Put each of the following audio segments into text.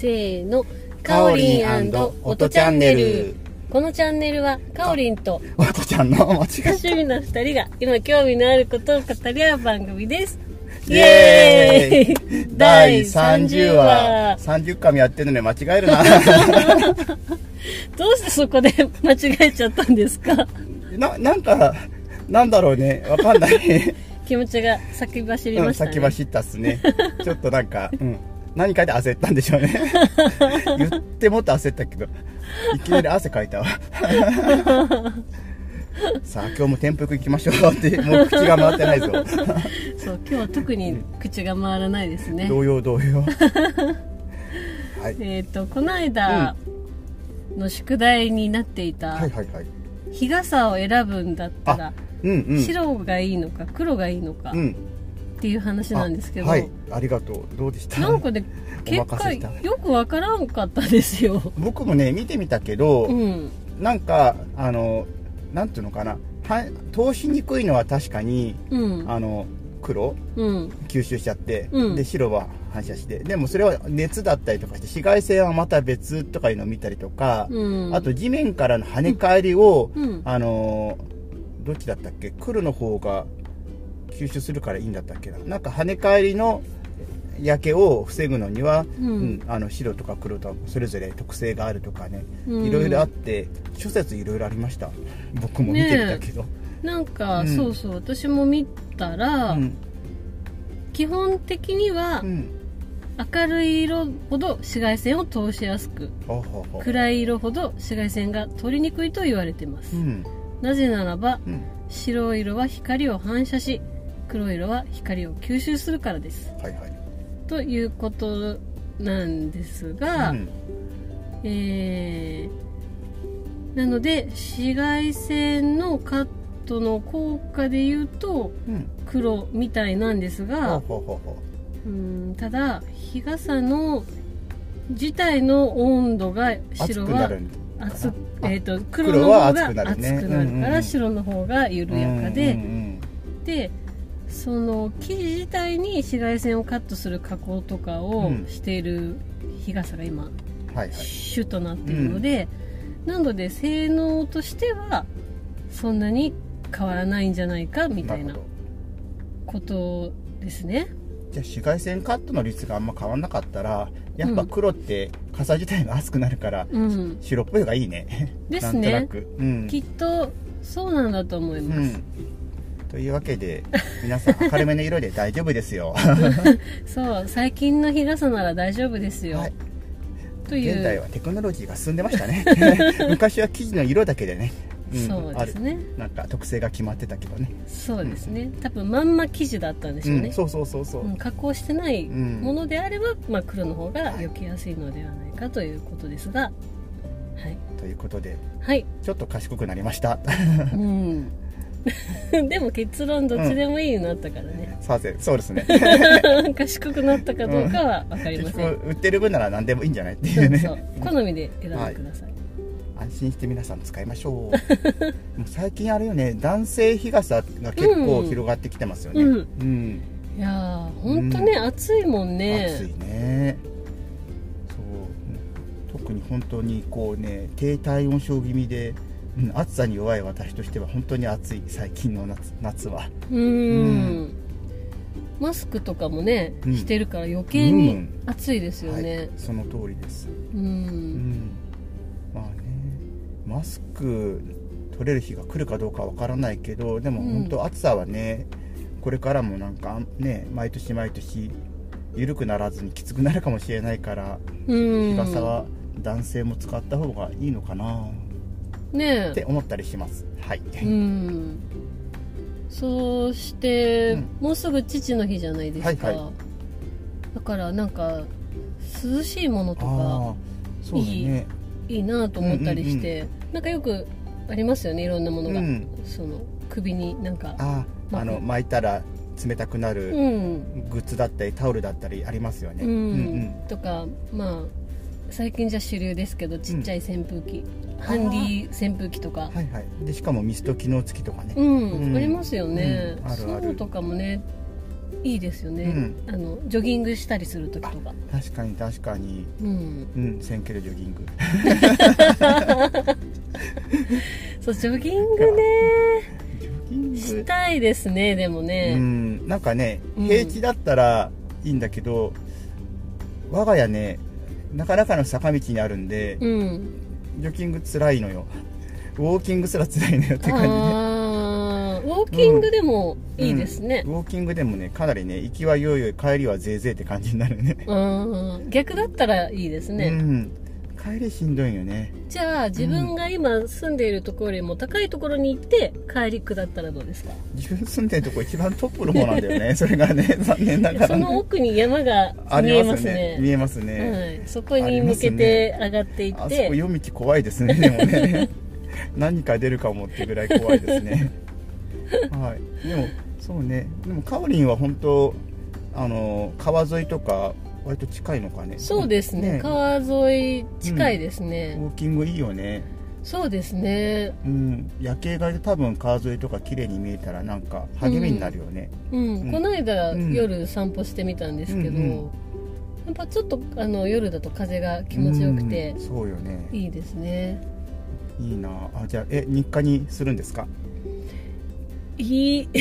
せーの、かおりん&おとチャンネル。このチャンネルはかおりんとおとちゃんの間違趣味の2人が今興味のあることを語り合う番組です。 イエーイ第30話30回もやってるのに間違えるなどうしてそこで間違えちゃったんですか？ なんかなんだろうね、わかんない気持ちが先走りましたね。 先走ったっすね。ちょっとなんか、何かで焦ったんでしょうね言ってもっと焦ったけどいきなり汗かいたわさあ今日も天福行きましょうってもう口が回ってないぞそう今日は特に口が回らないですね。 同様はい、 この間の宿題になっていた日傘を選ぶんだったら白がいいのか黒がいいのかっていう話なんですけど、 はい、ありがとう。どうでした？ なんかね、結果よくわからんかったですよ。 僕もね見てみたけど、なんかなんていうのかな、通しにくいのは確かに、黒、吸収しちゃって、で白は反射して、でもそれは熱だったりとかして紫外線はまた別とかいうのを見たりとか、あと地面からの跳ね返りを、どっちだったっけ、黒の方が吸収するからいいんだったっけな、なんか跳ね返りの焼けを防ぐのには、白とか黒とかそれぞれ特性があるとかね、いろいろあって諸説いろいろありました。僕も見てみたけど、 なんか、そうそう私も見たら、基本的には、明るい色ほど紫外線を通しやすく、暗い色ほど紫外線が通りにくいと言われています。なぜならば、白い色は光を反射し黒い色は光を吸収するからです、ということなんですが、なので紫外線のカットの効果でいうと黒みたいなんですが、ただ日傘の自体の温度が白は黒の方が熱くなるから白の方が緩やかで、でその生地自体に紫外線をカットする加工とかをしている日傘が今、主となっているので、なので性能としてはそんなに変わらないんじゃないかみたいなことですね。 じゃあ紫外線カットの率があんま変わんなかったらやっぱ黒って傘自体が熱くなるから、白っぽい方がいいねですね。なんとなく、きっとそうなんだと思います、というわけで皆さん明るめの色で大丈夫ですよそう最近の日傘なら大丈夫ですよ、という現代はテクノロジーが進んでましたね昔は生地の色だけでね、 そうですね、 なんか特性が決まってたけどね。 そうですね、多分まんま生地だったんでしょうね、 そう加工してないものであれば、黒の方が避けやすいのではないかということですが、 ということで、ちょっと賢くなりましたでも結論どっちでもいいようになったからね、 そうですね賢くなったかどうかは分かりません、 売ってる分なら何でもいいんじゃないっていうね。 好みで選んでください、 安心して皆さん使いましょうもう最近あれよね、男性日傘が結構広がってきてますよね。 いやー本当ね、暑いもんね。 暑いね。そう、特に本当にこうね、低体温症気味で、暑さに弱い私としては本当に暑い最近の夏は。 マスクとかもね、してるから余計に暑いですよね。 その通りです。まあね、マスク取れる日が来るかどうかわからないけど、でも本当暑さはね、これからもなんかね、毎年毎年緩くならずにきつくなるかもしれないから、日傘は男性も使った方がいいのかなって思ったりします。 そして、もうすぐ父の日じゃないですか、だからなんか涼しいものとかいいなと思ったりして、なんかよくありますよね、いろんなものが、その首になんか巻いたら冷たくなるグッズだったりタオルだったりありますよね。 とか、まあ最近じゃ主流ですけど、ちっちゃい扇風機、ハンディ扇風機とか、 でしかもミスト機能付きとかね、 ありますよね。そうとかもねいいですよね、ジョギングしたりする時とか。 確かに確かに、1000キロジョギングそうジョギングねしたいですね。でもね、 なんかね平地だったらいいんだけど、我が家ねなかなかの坂道にあるんで、ジョギングつらいのよ。ウォーキングすらつらいのよって感じで、 ウォーキングでもいいですね、 ウォーキングでもねかなりね、行きはよいよい帰りはぜいぜいって感じになるね。 逆だったらいいですね、 帰りしんどいよね。 じゃあ自分が今住んでいるところよりも高いところに行って帰り下ったらどうですか？ 自分住んでるとこ一番トップの方なんだよねそれがね残念ながら、ね、 その奥に山が見えますね。 見えますね、 そこに向けて上がっていって、 あそこ夜道怖いですねでもね何か出るかもってぐらい怖いですねはい。でもそうね、でもカオリンは本当川沿いとか割と近いのかね。 そうですね、川沿い近いですね、 ウォーキングいいよね。 そうですね、 夜景が多分川沿いとか綺麗に見えたらなんか励みになるよね。 この間、夜散歩してみたんですけど、やっぱちょっと夜だと風が気持ちよくて、 そうよね、 いいですね。 いいなあ。じゃあ日課にするんですか？ いい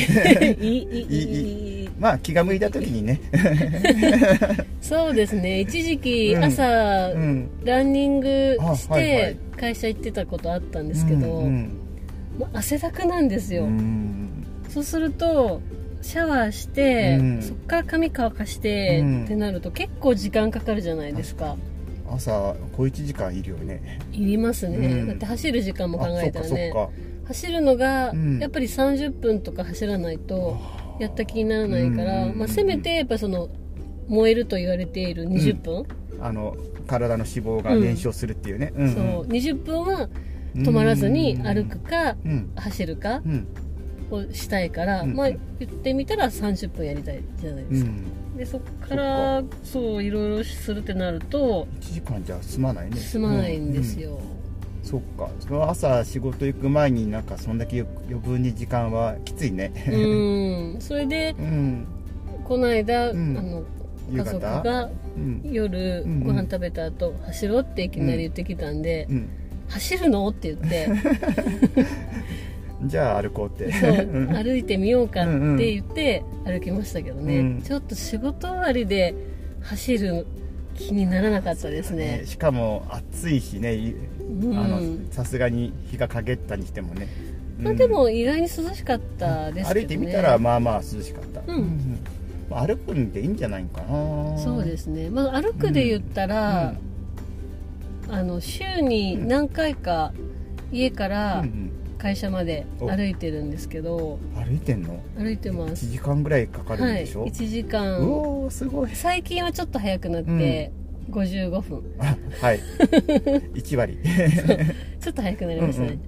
まあ気が向いた時にねそうですね、一時期朝、ランニングして会社行ってたことあったんですけど、もう汗だくなんですよ。そうするとシャワーして、そっから髪乾かして、ってなると結構時間かかるじゃないですか。 朝小1時間いるよね。 いりますね、だって走る時間も考えたらね、走るのがやっぱり30分とか走らないとやった気にならないから、せめてやっぱその燃えると言われている20分、 体の脂肪が燃焼するっていうね、 そう20分は止まらずに歩くか、走るかをしたいから、言ってみたら30分やりたいじゃないですか、でそっからそういろいろするってなると 1時間じゃ済まないね。 済まないんですよ、 そっか。その朝仕事行く前になんかそんだけ余分に時間はきついねそれで、この間、家族が夜ご飯食べた後走ろうっていきなり言ってきたんで、走るのって言ってじゃあ歩こうってそう歩いてみようかって言って歩きましたけどね、ちょっと仕事終わりで走る気にならなかったですね。 しかも暑いしね、さすがに日が陰ったにしてもね、 でも意外に涼しかったですけどね。 歩いてみたらまあまあ涼しかった、歩くんでいいんじゃないかな。 そうですね、歩くで言ったら、週に何回か家から会社まで歩いてるんですけど。 歩いてんの？ 歩いてます。 1時間ぐらいかかるんでしょ？ はい、1時間。 おーすごい。 最近はちょっと早くなって55分、 はい1割ちょっと早くなりましたね、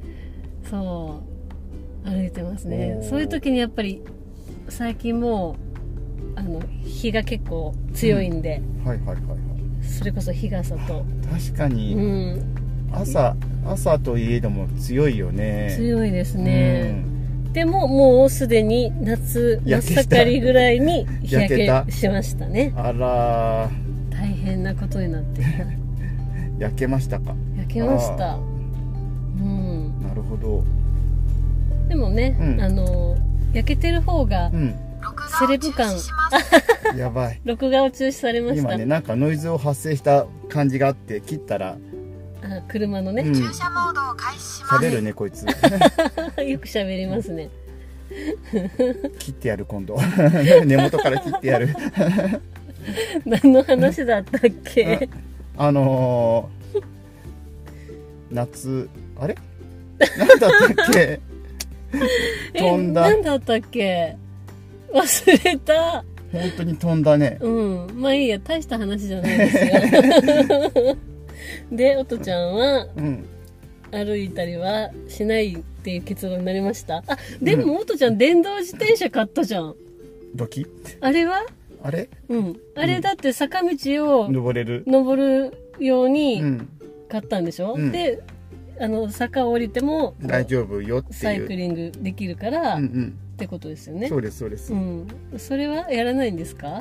そう歩いてますね。そういう時にやっぱり最近もう日が結構強いんで、それこそ日傘と。 確かに、朝といえども強いよね。 強いですね、でももうすでに夏真っ盛りぐらいに日焼けしましたね。 あら大変なことになって焼けましたか？ 焼けました。なるほど。 でもね、焼けてる方がセレブ感やばい録画を中止されました。 今ねなんかノイズを発生した感じがあって切ったら車のね、 駐車モードを開始します。 喋るねこいつよく喋りますね切ってやる今度根元から切ってやる何の話だったっけ夏あれ何だったっけ飛んだ。 何だったっけ忘れた。 本当に飛んだね。 まあいいや、大した話じゃないですよで、おとちゃんは、歩いたりはしないっていう結論になりました。でもおとちゃん電動自転車買ったじゃん。 ドキあれはあれあれだって坂道を登るように買ったんでしょ、で坂を降りても大丈夫よっていうサイクリングできるから、 ってことですよね。 そうですそうです、 それはやらないんですか？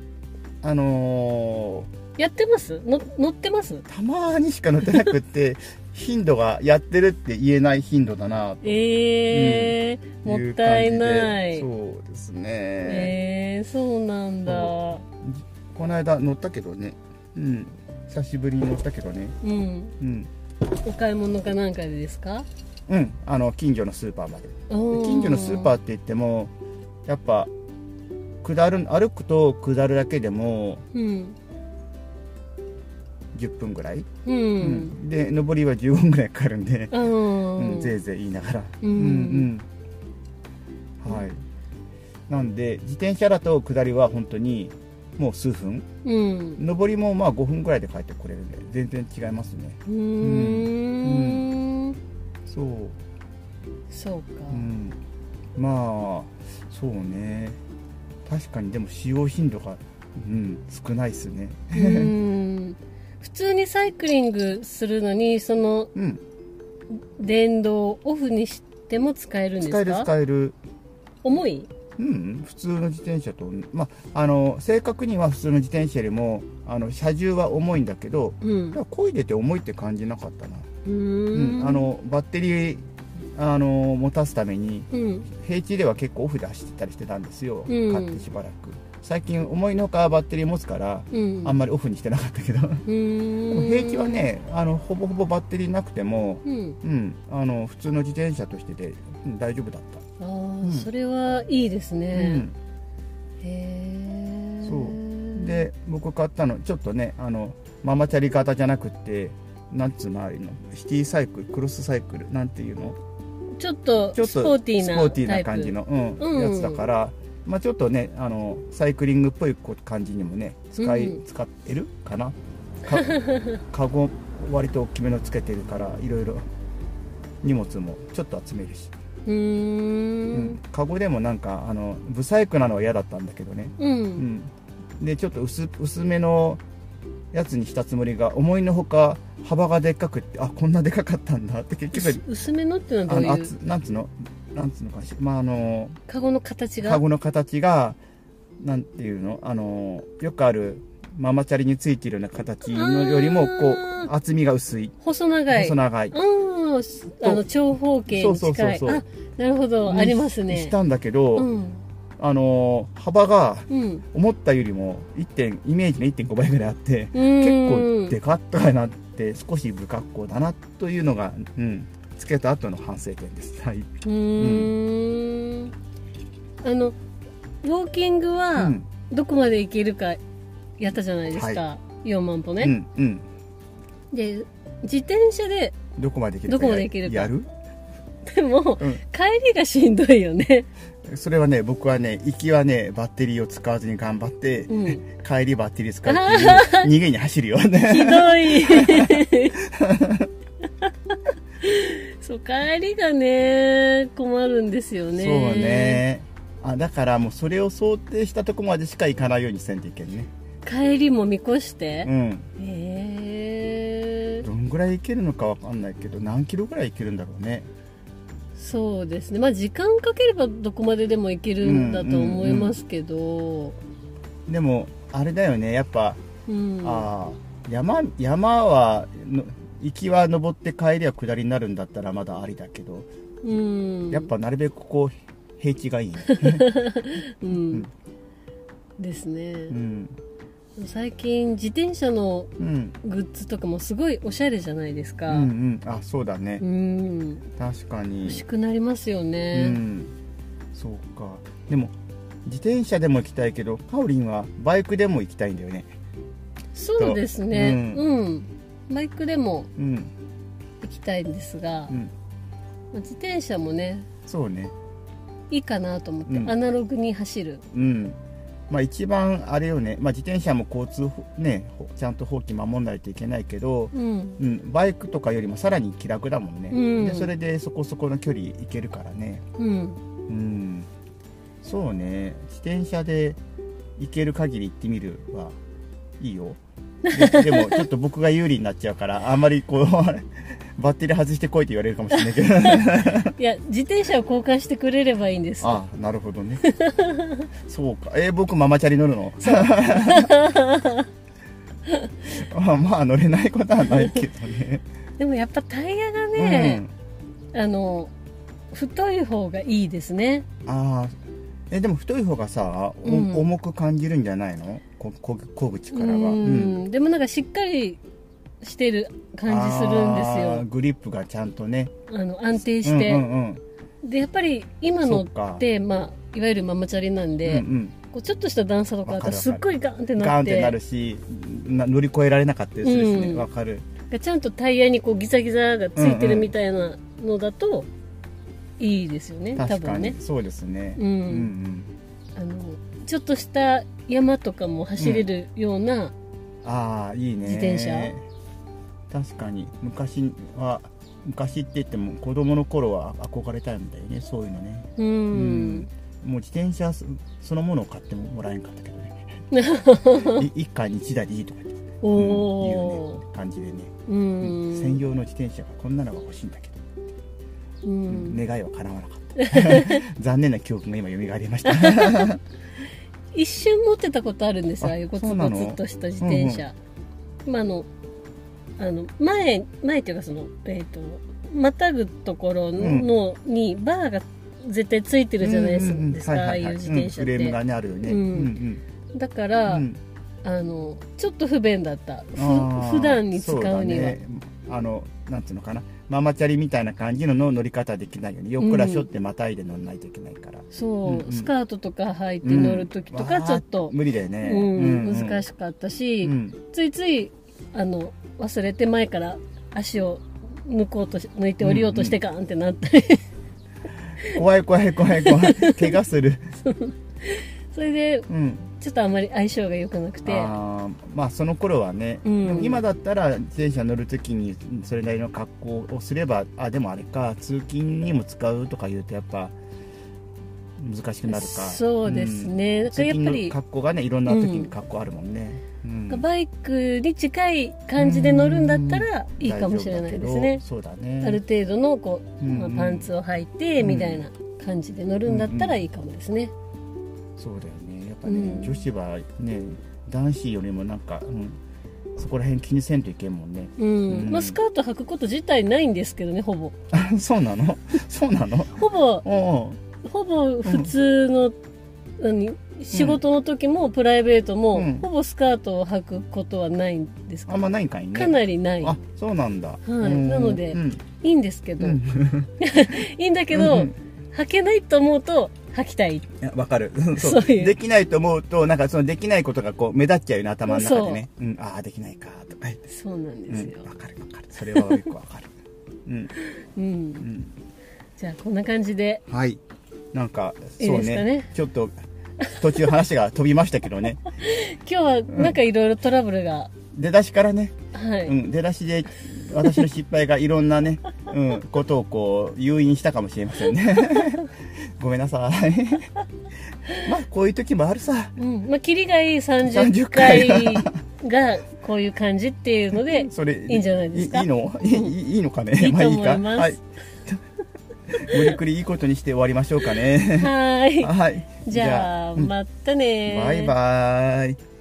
やってます？乗ってます？ たまにしか乗ってなくって頻度がやってるって言えない頻度だなと、 もったいない。 そうですね。 そうなんだ。 この間乗ったけどね、久しぶりに乗ったけどね、 お買い物かなんかでですか？ 近所のスーパーまで。近所のスーパーって言ってもやっぱ歩くと下るだけでも、10分ぐらい、で上りは15分ぐらいかかるんで、ぜいぜい言いながら、はい。なんで自転車だと下りは本当にもう数分、上りもまあ5分ぐらいで帰ってこれるんで全然違いますね。 そうか。 まあそうね。確かにでも使用頻度が、少ないですね。 普通にサイクリングするのにその、電動をオフにしても使えるんですか？ 使える。重い？ 普通の自転車と、正確には普通の自転車よりも車重は重いんだけど、漕いでて重いって感じなかったな。バッテリー持たすために、平地では結構オフで走ってたりしてたんですよ、買ってしばらく。最近重いのかバッテリー持つから、あんまりオフにしてなかったけどでも平地はねほぼほぼバッテリーなくても、普通の自転車としてで、大丈夫だった。 それはいいですね。 そうで僕買ったのちょっとねママチャリ型じゃなくってなんつうのあれのシティサイクルクロスサイクルなんていうのちょっとスポーティーな感じの、やつだから、ちょっとねサイクリングっぽい感じにもね使えるかな。カゴ割と大きめのつけてるからいろいろ荷物もちょっと集めるし、カゴでもなんかブサイクなのは嫌だったんだけどね、でちょっと薄めのやつにしたつもりが思いのほか幅がでっかくって、こんなでかかったんだって結局薄めのってのはどういうなんつうのかしら、 カゴの形がなんていうのよくあるママチャリについているような形のよりもこう厚みが薄い細長い長方形に近い。なるほど、ありますね。 したんだけど、幅が思ったよりもイメージの 1.5 倍ぐらいあって結構でかったかなって少し不格好だなというのが、つけた後の反省点です。はい。 ウォーキングはどこまで行けるかやったじゃないですか、4万歩ね。で自転車でどこまで行けるかやる。 でも、帰りがしんどいよね。 それはね、僕はね、行きはねバッテリーを使わずに頑張って、帰りバッテリー使うっていう逃げに走るよね。 ひどい。そう、帰りがね困るんですよね。 そうね。だからもうそれを想定したとこまでしか行かないようにせんといけんね。 帰りも見越して。 どんぐらい行けるのかわかんないけど何キロぐらい行けるんだろうね。 そうですね。時間かければどこまででも行けるんだと思いますけど、 でもあれだよね、やっぱ、山は行きは登って帰りは下りになるんだったらまだありだけど、やっぱなるべくこう平地がいい、 ですね。最近自転車のグッズとかもすごいおしゃれじゃないですか。 そうだね。確かに欲しくなりますよね。 そうか。でも自転車でも行きたいけどかおりんはバイクでも行きたいんだよね。 そうですね。バイクでも行きたいんですが、自転車もね、 そうね、 いいかなと思って、アナログに走る。 一番あれよね、自転車も交通ねちゃんと法規守んないといけないけど、バイクとかよりもさらに気楽だもんね。でそれでそこそこの距離行けるからね。そうね、自転車で行ける限り行ってみるはいいよ。でもちょっと僕が有利になっちゃうからあんまりこうバッテリー外してこいって言われるかもしれないけどいや自転車を交換してくれればいいんです。 あ、なるほどねそうか。僕ママチャリ乗るのまあ乗れないことはないけどねでもやっぱタイヤがね、太い方がいいですね。 ああ、でも太い方がさ、重く感じるんじゃないの？こぐ力が。 でもなんかしっかりしてる感じするんですよ。 グリップがちゃんとね、 安定して、でやっぱり今のってまあいわゆるママチャリなんで、こうちょっとした段差とかあったらすっごいガンってなって、 ガンってなるし、乗り越えられなかったりするしね。わかる。 ちゃんとタイヤにこうギザギザがついてるみたいなのだといいですよね、多分ね。 そうですね。 ちょっとした山とかも走れるようないいね、 自転車。 確かに昔って言っても子供の頃は憧れたんだよね、そういうのね。もう自転車そのものを買ってもらえんかったけどね一家に一台でいいとかいう感じでね、専用の自転車がこんなのが欲しいんだけど、願いは叶わなかった残念な記憶が今蘇りました一瞬持ってたことあるんですよ、ああいうゴツゴツとした自転車。前っていうかまたぐところのにバーが絶対ついてるじゃないですか、ああいう自転車って。 フレームがねあるよね。 だからちょっと不便だった。普段に使うにはなんていうのかな、ママチャリみたいな感じの乗り方できないように、横からしょってまたいで乗らないといけないから。 そうスカートとか履いて乗る時とかちょっと無理だよね。 難しかったし、ついつい忘れて前から足を抜いて降りようとしてガーンってなったり怖い怪我するそれでちょっとあまり相性が良くなくて、 まあその頃はね、でも今だったら自転車乗るときにそれなりの格好をすれば、でもあれか、通勤にも使うとか言うとやっぱ難しくなるか。 そうですね、だからやっぱり格好がね、いろんな時に格好あるもんね。 バイクに近い感じで乗るんだったらいいかもしれないですね。 そうだね。 ある程度のパンツを履いてみたいな感じで乗るんだったらいいかもですね。 そうだよね。やっぱね、女子はね、男子よりもなんか、そこら辺気にせんといけんもんね。 スカート履くこと自体ないんですけどね、ほぼ。 そうなの？そうなの？ ほぼ普通の仕事の時もプライベートもほぼスカートを履くことはないんですか？ あんまないんかいね。 かなりない。 そうなんだ。 なのでいいんですけど、いいんだけど履けないと思うと履きたい。 わかる。そうできないと思うと、なんかそのできないことがこう目立っちゃうよね、頭の中でね。できないかとか言って。 そうなんですよ。 わかる。それはよくわかる。 じゃあこんな感じで。 はい。なんかそうね。ちょっと途中話が飛びましたけどね。 今日はなんかいろいろトラブルが出だしからね。 はい。 出だしで私の失敗がいろんなね、ことをこう誘引したかもしれませんね。ごめんなさい。まあこういう時もあるさ。 キリがいい30回がこういう感じっていうのでいいんじゃないですか。 いいのかね。 いいと思います。 無理くりいいことにして終わりましょうかね。 はい。じゃあまたね。 バイバイ。